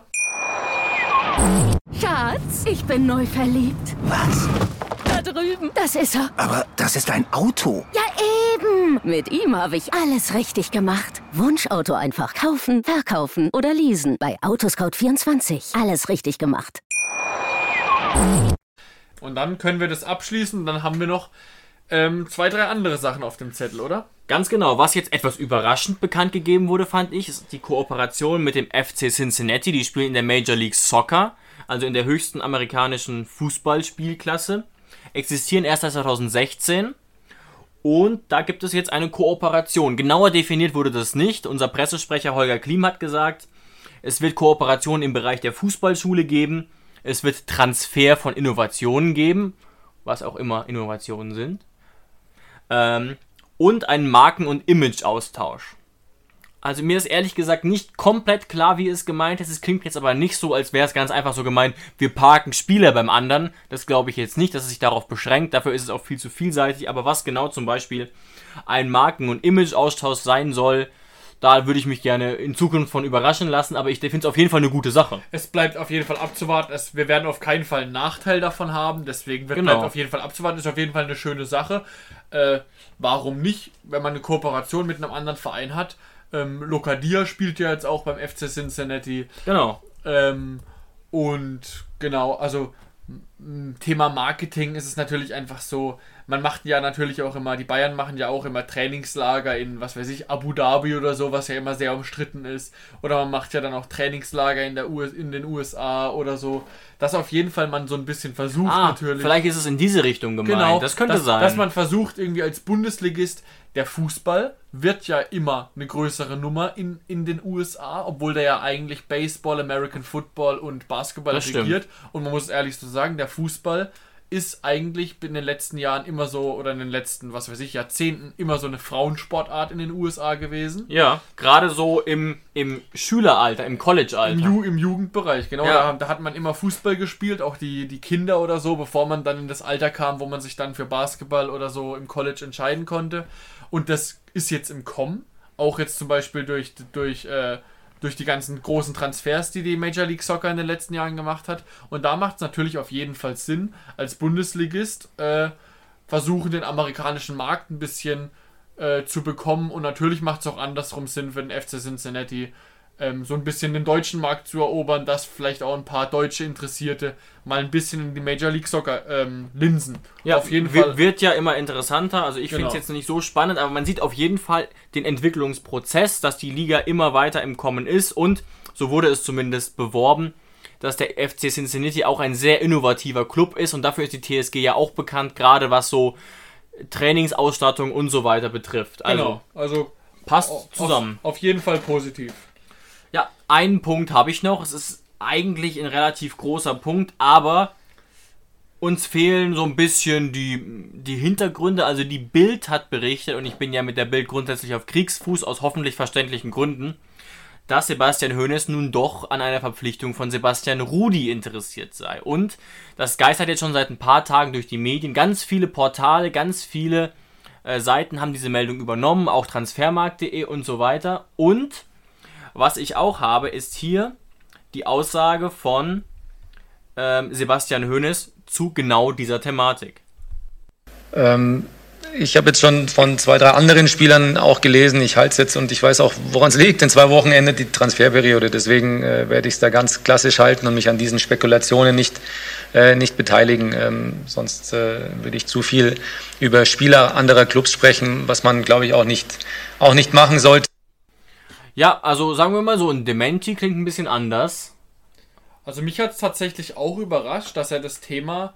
Schatz, ich bin neu verliebt. Was? Da drüben. Das ist er. Aber das ist ein Auto. Ja, eben. Mit ihm habe ich alles richtig gemacht. Wunschauto einfach kaufen, verkaufen oder leasen. Bei Autoscout24. Alles richtig gemacht. Und dann können wir das abschließen und dann haben wir noch 2, 3 andere Sachen auf dem Zettel, oder? Ganz genau. Was jetzt etwas überraschend bekannt gegeben wurde, fand ich, ist die Kooperation mit dem FC Cincinnati. Die spielen in der Major League Soccer, also in der höchsten amerikanischen Fußballspielklasse. Existieren erst seit 2016 und da gibt es jetzt eine Kooperation. Genauer definiert wurde das nicht. Unser Pressesprecher Holger Klim hat gesagt, es wird Kooperation im Bereich der Fußballschule geben, es wird Transfer von Innovationen geben, was auch immer Innovationen sind, und einen Marken- und Image-Austausch. Also mir ist ehrlich gesagt nicht komplett klar, wie es gemeint ist. Es klingt jetzt aber nicht so, als wäre es ganz einfach so gemeint, wir parken Spieler beim anderen. Das glaube ich jetzt nicht, dass es sich darauf beschränkt. Dafür ist es auch viel zu vielseitig. Aber was genau zum Beispiel ein Marken- und Image-Austausch sein soll, da würde ich mich gerne in Zukunft von überraschen lassen. Aber ich finde es auf jeden Fall eine gute Sache. Es bleibt auf jeden Fall abzuwarten. Wir werden auf keinen Fall einen Nachteil davon haben. Deswegen bleibt auf jeden Fall abzuwarten. Ist auf jeden Fall eine schöne Sache. Warum nicht, wenn man eine Kooperation mit einem anderen Verein hat? Locadia spielt ja jetzt auch beim FC Cincinnati. Genau. Und genau, also Thema Marketing ist es natürlich einfach so, man macht ja natürlich auch immer, die Bayern machen ja auch immer Trainingslager in, was weiß ich, Abu Dhabi oder so, was ja immer sehr umstritten ist. Oder man macht ja dann auch Trainingslager in den USA oder so. Dass auf jeden Fall man so ein bisschen versucht natürlich. Vielleicht ist es in diese Richtung gemeint. Genau, das könnte sein. Dass man versucht irgendwie als Bundesligist, der Fußball wird ja immer eine größere Nummer in den USA, obwohl der ja eigentlich Baseball, American Football und Basketball regiert. Und man muss ehrlich so sagen, der Fußball ist eigentlich in den letzten Jahren immer so, oder in den letzten, was weiß ich, Jahrzehnten immer so eine Frauensportart in den USA gewesen. Ja, gerade so im Schüleralter, im Collegealter. Im Jugendbereich, genau. Ja. Da hat man immer Fußball gespielt, auch die Kinder oder so, bevor man dann in das Alter kam, wo man sich dann für Basketball oder so im College entscheiden konnte. Und das ist jetzt im Kommen, auch jetzt zum Beispiel durch die ganzen großen Transfers, die Major League Soccer in den letzten Jahren gemacht hat. Und da macht es natürlich auf jeden Fall Sinn, als Bundesligist versuchen, den amerikanischen Markt ein bisschen zu bekommen. Und natürlich macht es auch andersrum Sinn für den FC Cincinnati, so ein bisschen den deutschen Markt zu erobern, dass vielleicht auch ein paar deutsche Interessierte mal ein bisschen in die Major League Soccer linsen. Ja, auf jeden Fall. Wird ja immer interessanter. Also ich finde es jetzt nicht so spannend, aber man sieht auf jeden Fall den Entwicklungsprozess, dass die Liga immer weiter im Kommen ist und, so wurde es zumindest beworben, dass der FC Cincinnati auch ein sehr innovativer Club ist und dafür ist die TSG ja auch bekannt, gerade was so Trainingsausstattung und so weiter betrifft. Also passt zusammen. Auf jeden Fall positiv. Ja, einen Punkt habe ich noch. Es ist eigentlich ein relativ großer Punkt, aber uns fehlen so ein bisschen die Hintergründe. Also die Bild hat berichtet, und ich bin ja mit der Bild grundsätzlich auf Kriegsfuß aus hoffentlich verständlichen Gründen, dass Sebastian Hoeneß nun doch an einer Verpflichtung von Sebastian Rudy interessiert sei. Und das geistert jetzt schon seit ein paar Tagen durch die Medien. Ganz viele Portale, ganz viele Seiten haben diese Meldung übernommen, auch transfermarkt.de und so weiter. Und was ich auch habe, ist hier die Aussage von Sebastian Hoeneß zu genau dieser Thematik. ich habe jetzt schon von 2, 3 anderen Spielern auch gelesen, ich halte es jetzt und ich weiß auch, woran es liegt. In 2 Wochen endet die Transferperiode, deswegen werde ich es da ganz klassisch halten und mich an diesen Spekulationen nicht beteiligen. Sonst würde ich zu viel über Spieler anderer Clubs sprechen, was man, glaube ich, auch nicht machen sollte. Ja, also sagen wir mal so, ein Dementi klingt ein bisschen anders. Also mich hat es tatsächlich auch überrascht, dass er das Thema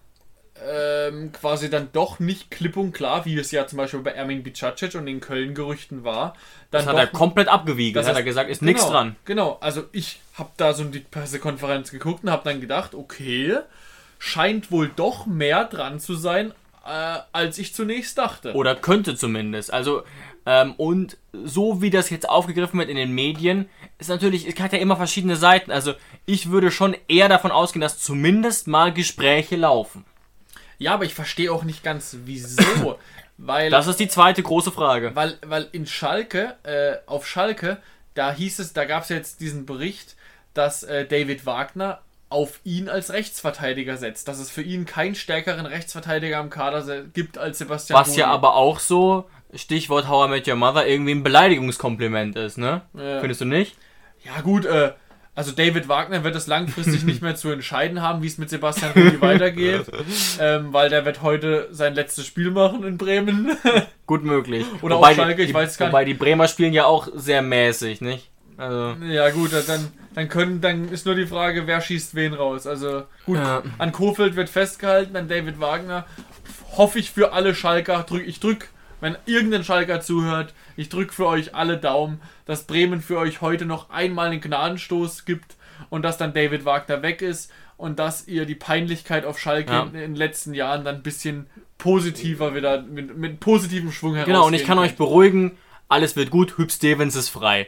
quasi dann doch nicht klipp und klar, wie es ja zum Beispiel bei Ermin Bicacic und den Köln-Gerüchten war. Das hat er komplett abgewiegelt, hat er gesagt, ist nichts dran. Genau, also ich habe da so die Pressekonferenz geguckt und habe dann gedacht, okay, scheint wohl doch mehr dran zu sein, als ich zunächst dachte. Oder könnte zumindest. Also, und so wie das jetzt aufgegriffen wird in den Medien, ist natürlich, es hat ja immer verschiedene Seiten. Also, ich würde schon eher davon ausgehen, dass zumindest mal Gespräche laufen. Ja, aber ich verstehe auch nicht ganz, wieso. Weil, das ist die zweite große Frage. Weil in Schalke, auf Schalke, da gab es jetzt diesen Bericht, dass David Wagner auf ihn als Rechtsverteidiger setzt. Dass es für ihn keinen stärkeren Rechtsverteidiger im Kader gibt als Sebastian Was Rudi. Ja aber auch so, Stichwort How I Met Your Mother, irgendwie ein Beleidigungskompliment ist, ne? Ja. Findest du nicht? Ja gut, also David Wagner wird es langfristig nicht mehr zu entscheiden haben, wie es mit Sebastian Rudi weitergeht, weil der wird heute sein letztes Spiel machen in Bremen. Gut möglich. Oder wobei auf Schalke, ich weiß gar nicht. Wobei die Bremer spielen ja auch sehr mäßig, nicht? Also. Ja gut, dann ist nur die Frage, wer schießt wen raus. Also gut, an Kohfeldt wird festgehalten, an David Wagner hoffe ich für alle Schalker, wenn irgendein Schalker zuhört, ich drücke für euch alle Daumen, dass Bremen für euch heute noch einmal einen Gnadenstoß gibt und dass dann David Wagner weg ist und dass ihr die Peinlichkeit auf Schalke in den letzten Jahren dann ein bisschen positiver wieder, mit positivem Schwung herausgehen. Genau, und ich kann euch beruhigen, alles wird gut, Hüb Stevens ist frei.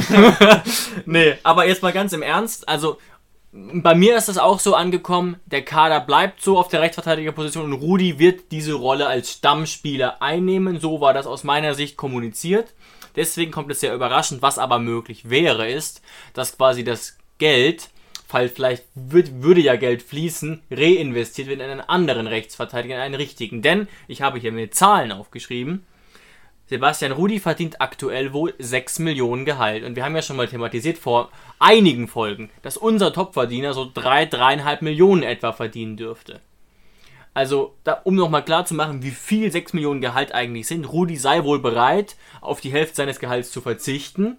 Nee, aber jetzt mal ganz im Ernst, also bei mir ist das auch so angekommen, der Kader bleibt so auf der Rechtsverteidigerposition und Rudi wird diese Rolle als Stammspieler einnehmen, so war das aus meiner Sicht kommuniziert. Deswegen kommt es sehr überraschend, was aber möglich wäre, ist, dass quasi das Geld, vielleicht würde ja Geld fließen, reinvestiert wird in einen anderen Rechtsverteidiger, in einen richtigen. Denn, ich habe hier mir Zahlen aufgeschrieben, Sebastian Rudi verdient aktuell wohl 6 Millionen Gehalt. Und wir haben ja schon mal thematisiert vor einigen Folgen, dass unser Topverdiener so 3,5 Millionen etwa verdienen dürfte. Also, um nochmal klar zu machen, wie viel 6 Millionen Gehalt eigentlich sind, Rudi sei wohl bereit, auf die Hälfte seines Gehalts zu verzichten.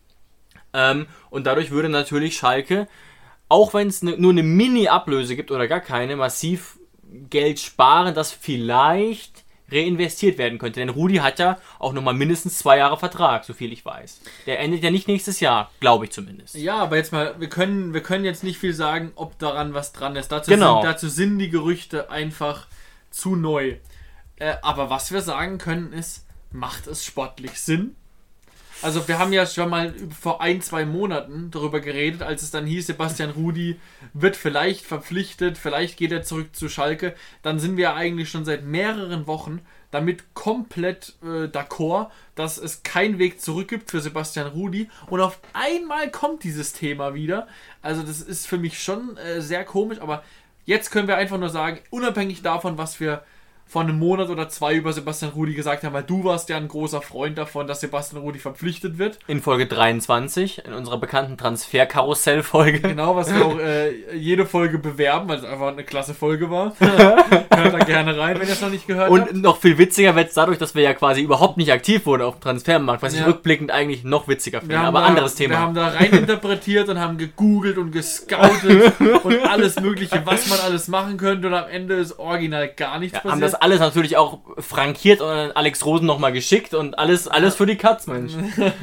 Und dadurch würde natürlich Schalke, auch wenn es nur eine Mini-Ablöse gibt oder gar keine, massiv Geld sparen, das vielleicht reinvestiert werden könnte. Denn Rudi hat ja auch nochmal mindestens 2 Jahre Vertrag, so viel ich weiß. Der endet ja nicht nächstes Jahr, glaube ich zumindest. Ja, aber jetzt mal, wir können jetzt nicht viel sagen, ob daran was dran ist. Dazu sind die Gerüchte einfach zu neu. Aber was wir sagen können ist, macht es sportlich Sinn? Also wir haben ja schon mal vor 1-2 Monaten darüber geredet, als es dann hieß, Sebastian Rudi wird vielleicht verpflichtet, vielleicht geht er zurück zu Schalke. Dann sind wir eigentlich schon seit mehreren Wochen damit komplett d'accord, dass es keinen Weg zurück gibt für Sebastian Rudi. Und auf einmal kommt dieses Thema wieder. Also das ist für mich schon sehr komisch, aber jetzt können wir einfach nur sagen, unabhängig davon, was wir vor einem Monat oder 2 über Sebastian Rudi gesagt haben, weil du warst ja ein großer Freund davon, dass Sebastian Rudi verpflichtet wird. In Folge 23, in unserer bekannten Transferkarussell-Folge. Genau, was wir auch jede Folge bewerben, weil es einfach eine klasse Folge war. Hört da gerne rein, wenn ihr es noch nicht gehört habt. Und noch viel witziger wird es dadurch, dass wir ja quasi überhaupt nicht aktiv wurden auf dem Transfermarkt, was ich rückblickend eigentlich noch witziger finde, aber anderes Thema. Wir haben da rein interpretiert und haben gegoogelt und gescoutet und alles mögliche, was man alles machen könnte und am Ende ist original gar nichts passiert. Haben das alles natürlich auch frankiert und an Alex Rosen nochmal geschickt und alles für die Katz, Mensch.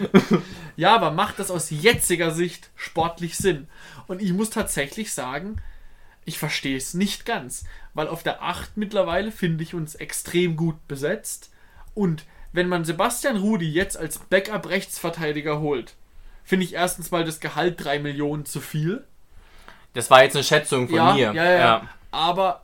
Ja, aber macht das aus jetziger Sicht sportlich Sinn? Und ich muss tatsächlich sagen, ich verstehe es nicht ganz, weil auf der 8 mittlerweile finde ich uns extrem gut besetzt und wenn man Sebastian Rudi jetzt als Backup-Rechtsverteidiger holt, finde ich erstens mal das Gehalt 3 Millionen zu viel. Das war jetzt eine Schätzung von mir. Ja. Aber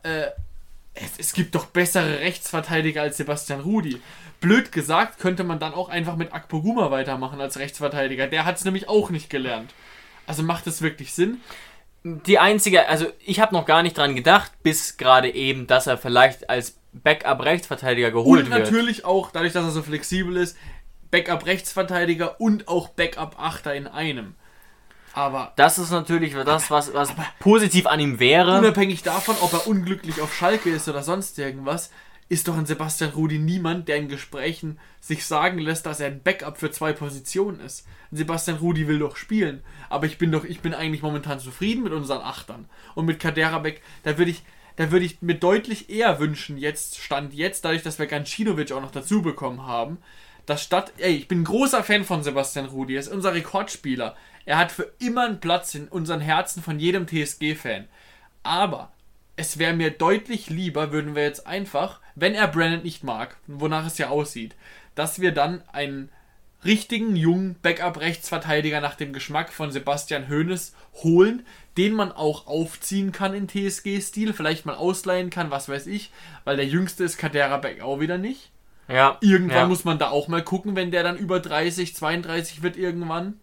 es gibt doch bessere Rechtsverteidiger als Sebastian Rudi. Blöd gesagt, könnte man dann auch einfach mit Akpoguma weitermachen als Rechtsverteidiger. Der hat es nämlich auch nicht gelernt. Also macht es wirklich Sinn? Die einzige, also ich habe noch gar nicht dran gedacht, bis gerade eben, dass er vielleicht als Backup-Rechtsverteidiger geholt Und wird. natürlich auch, dadurch, dass er so flexibel ist, Backup-Rechtsverteidiger und auch Backup-Achter in einem. Aber Das ist natürlich das, was positiv an ihm wäre. unabhängig davon, ob er unglücklich auf Schalke ist oder sonst irgendwas, ist doch ein Sebastian Rudi niemand, der in Gesprächen sich sagen lässt, dass er ein Backup für 2 Positionen ist. Sebastian Rudi will doch spielen, aber ich bin eigentlich momentan zufrieden mit unseren Achtern. Und mit Kaderabek, da würde ich mir deutlich eher wünschen, Stand jetzt, dadurch, dass wir Gancinovic auch noch dazu bekommen haben, dass ich bin ein großer Fan von Sebastian Rudi, er ist unser Rekordspieler. Er hat für immer einen Platz in unseren Herzen von jedem TSG-Fan. Aber es wäre mir deutlich lieber, würden wir jetzt einfach, wenn er Brandon nicht mag, wonach es ja aussieht, dass wir dann einen richtigen jungen Backup-Rechtsverteidiger nach dem Geschmack von Sebastian Hoeneß holen, den man auch aufziehen kann in TSG-Stil, vielleicht mal ausleihen kann, was weiß ich, weil der Jüngste ist Kaderabek auch wieder nicht. Ja. Irgendwann muss man da auch mal gucken, wenn der dann über 30, 32 wird irgendwann.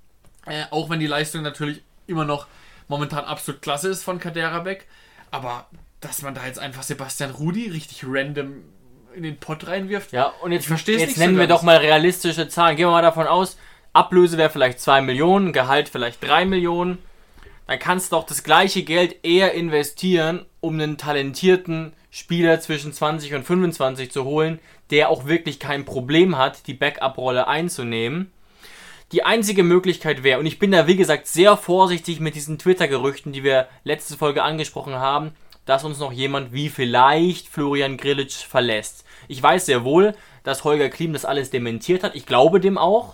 Auch wenn die Leistung natürlich immer noch momentan absolut klasse ist von Kaderabek. Aber dass man da jetzt einfach Sebastian Rudi richtig random in den Pott reinwirft. Ja, und jetzt nicht nennen so wir ganz. doch mal realistische Zahlen. Gehen wir mal davon aus, Ablöse wäre vielleicht 2 Millionen, Gehalt vielleicht 3 Millionen. Dann kannst du doch das gleiche Geld eher investieren, um einen talentierten Spieler zwischen 20 und 25 zu holen, der auch wirklich kein Problem hat, die Backup-Rolle einzunehmen. Die einzige Möglichkeit wäre, und ich bin da wie gesagt sehr vorsichtig mit diesen Twitter-Gerüchten, die wir letzte Folge angesprochen haben, dass uns noch jemand wie vielleicht Florian Grillitsch verlässt. Ich weiß sehr wohl, dass Holger Klim das alles dementiert hat. Ich glaube dem auch.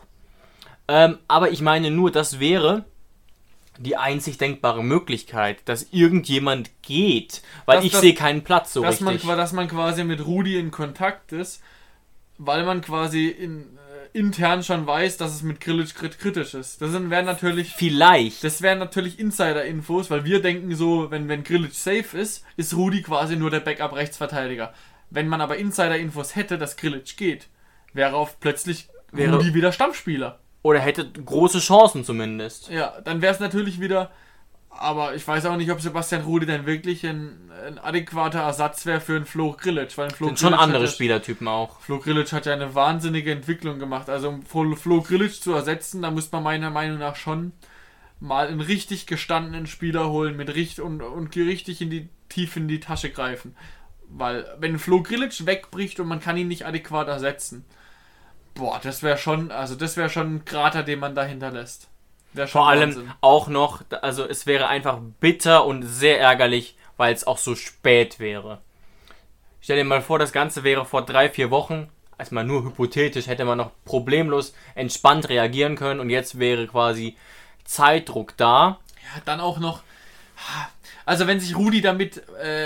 Aber ich meine nur, das wäre die einzig denkbare Möglichkeit, dass irgendjemand geht. Weil ich sehe keinen Platz so richtig. Dass man quasi mit Rudi in Kontakt ist, weil man quasi intern schon weiß, dass es mit Grillitsch kritisch ist. Das wären natürlich Insider-Infos, weil wir denken so, wenn Grillitsch safe ist Rudi quasi nur der Backup-Rechtsverteidiger. Wenn man aber Insider-Infos hätte, dass Grillitsch geht, wäre Rudi wieder Stammspieler. Oder hätte große Chancen zumindest. Ja, dann wäre es natürlich wieder, aber ich weiß auch nicht, ob Sebastian Rudi dann wirklich ein adäquater Ersatz wäre für einen Flo Grillitsch. Weil sind schon andere Spielertypen auch. Flo Grillitsch hat ja eine wahnsinnige Entwicklung gemacht. Also um Flo Grillitsch zu ersetzen, da muss man meiner Meinung nach schon mal einen richtig gestandenen Spieler holen und richtig tief in die Tasche greifen. Weil wenn Flo Grillitsch wegbricht und man kann ihn nicht adäquat ersetzen, das wäre schon ein Krater, den man da hinterlässt. Vor allem auch noch, also es wäre einfach bitter und sehr ärgerlich, weil es auch so spät wäre. Stell dir mal vor, das Ganze wäre vor 3-4 Wochen, erstmal nur hypothetisch, hätte man noch problemlos entspannt reagieren können und jetzt wäre quasi Zeitdruck da. Ja, dann auch noch, also wenn Rudi damit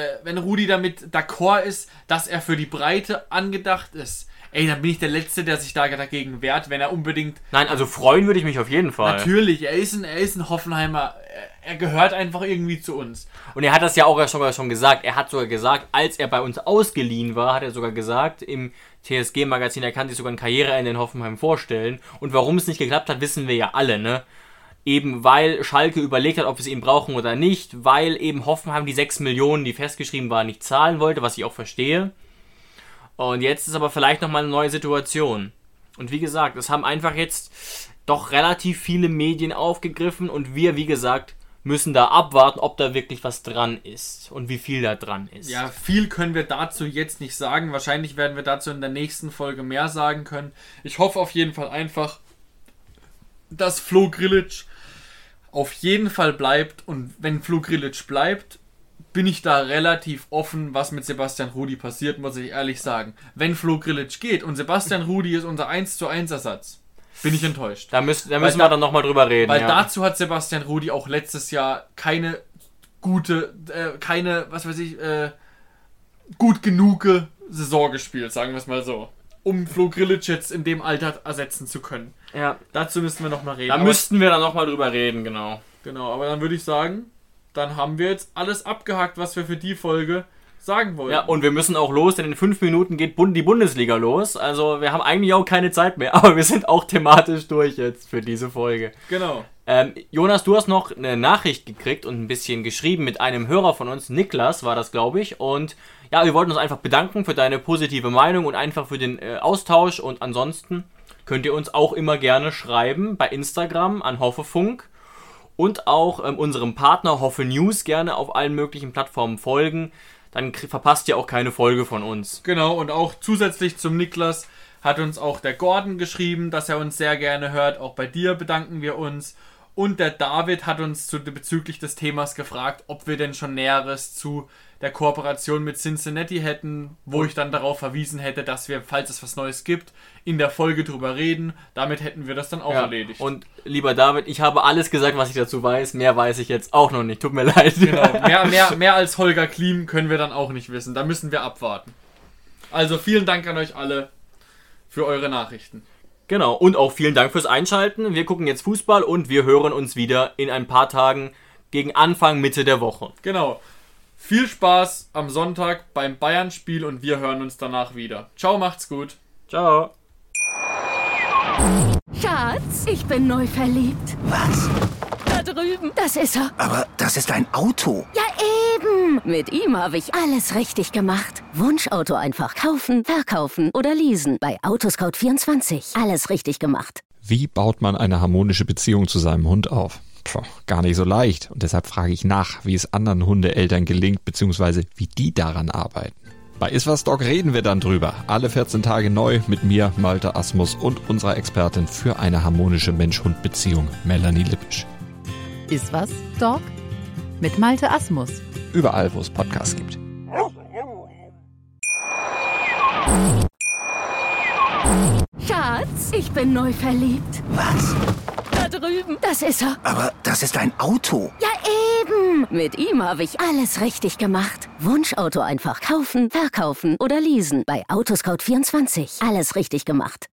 d'accord ist, dass er für die Breite angedacht ist, dann bin ich der Letzte, der sich da dagegen wehrt, wenn er unbedingt... Nein, also freuen würde ich mich auf jeden Fall. Natürlich, er ist ein Hoffenheimer, er gehört einfach irgendwie zu uns. Und er hat das ja auch schon gesagt, er hat sogar gesagt, als er bei uns ausgeliehen war, hat er sogar gesagt, im TSG-Magazin, er kann sich sogar ein Karriereende in Hoffenheim vorstellen. Und warum es nicht geklappt hat, wissen wir ja alle, ne? Eben weil Schalke überlegt hat, ob wir ihn brauchen oder nicht, weil eben Hoffenheim die 6 Millionen, die festgeschrieben waren, nicht zahlen wollte, was ich auch verstehe. Und jetzt ist aber vielleicht nochmal eine neue Situation. Und wie gesagt, es haben einfach jetzt doch relativ viele Medien aufgegriffen und wir, wie gesagt, müssen da abwarten, ob da wirklich was dran ist und wie viel da dran ist. Ja, viel können wir dazu jetzt nicht sagen. Wahrscheinlich werden wir dazu in der nächsten Folge mehr sagen können. Ich hoffe auf jeden Fall einfach, dass Flo Grillitsch auf jeden Fall bleibt. Und wenn Flo Grillitsch bleibt, bin ich da relativ offen, was mit Sebastian Rudi passiert, muss ich ehrlich sagen. Wenn Flo Grillitsch geht und Sebastian Rudi ist unser 1:1 Ersatz, bin ich enttäuscht. Da müssen wir dann nochmal drüber reden. Weil dazu hat Sebastian Rudi auch letztes Jahr keine gut genug Saison gespielt, sagen wir es mal so. Um Flo Grillitsch jetzt in dem Alter ersetzen zu können. Ja. Dazu müssten wir nochmal reden. Da müssten wir dann nochmal drüber reden, genau. Genau, aber dann würde ich sagen, dann haben wir jetzt alles abgehakt, was wir für die Folge sagen wollen. Ja, und wir müssen auch los, denn in 5 Minuten geht die Bundesliga los. Also wir haben eigentlich auch keine Zeit mehr, aber wir sind auch thematisch durch jetzt für diese Folge. Genau. Jonas, du hast noch eine Nachricht gekriegt und ein bisschen geschrieben mit einem Hörer von uns, Niklas war das, glaube ich. Und ja, wir wollten uns einfach bedanken für deine positive Meinung und einfach für den Austausch. Und ansonsten könnt ihr uns auch immer gerne schreiben bei Instagram an Hoffefunk und auch unserem Partner Hoffe News gerne auf allen möglichen Plattformen folgen. Dann verpasst ihr auch keine Folge von uns. Genau, und auch zusätzlich zum Niklas hat uns auch der Gordon geschrieben, dass er uns sehr gerne hört. Auch bei dir bedanken wir uns. Und der David hat uns bezüglich des Themas gefragt, ob wir denn schon Näheres zu der Kooperation mit Cincinnati hätten, wo ich dann darauf verwiesen hätte, dass wir, falls es was Neues gibt, in der Folge drüber reden. Damit hätten wir das dann auch erledigt. Und lieber David, ich habe alles gesagt, was ich dazu weiß. Mehr weiß ich jetzt auch noch nicht. Tut mir leid. Genau, mehr als Holger Klim können wir dann auch nicht wissen. Da müssen wir abwarten. Also vielen Dank an euch alle für eure Nachrichten. Genau, und auch vielen Dank fürs Einschalten. Wir gucken jetzt Fußball und wir hören uns wieder in ein paar Tagen gegen Anfang, Mitte der Woche. Genau. Viel Spaß am Sonntag beim Bayern-Spiel und wir hören uns danach wieder. Ciao, macht's gut. Ciao. Schatz, ich bin neu verliebt. Was? Da drüben. Das ist er. Aber das ist ein Auto. Ja, eben. Mit ihm habe ich alles richtig gemacht. Wunschauto einfach kaufen, verkaufen oder leasen. Bei Autoscout24. Alles richtig gemacht. Wie baut man eine harmonische Beziehung zu seinem Hund auf? Gar nicht so leicht. Und deshalb frage ich nach, wie es anderen Hundeeltern gelingt, beziehungsweise wie die daran arbeiten. Bei Iswas Dog reden wir dann drüber. Alle 14 Tage neu mit mir, Malte Asmus und unserer Expertin für eine harmonische Mensch-Hund-Beziehung, Melanie Lippisch. Iswas Dog mit Malte Asmus. Überall, wo es Podcasts gibt. Schatz, ich bin neu verliebt. Was? Da drüben. Das ist er. Aber das ist ein Auto. Ja, eben. Mit ihm habe ich alles richtig gemacht. Wunschauto einfach kaufen, verkaufen oder leasen. Bei Autoscout24. Alles richtig gemacht.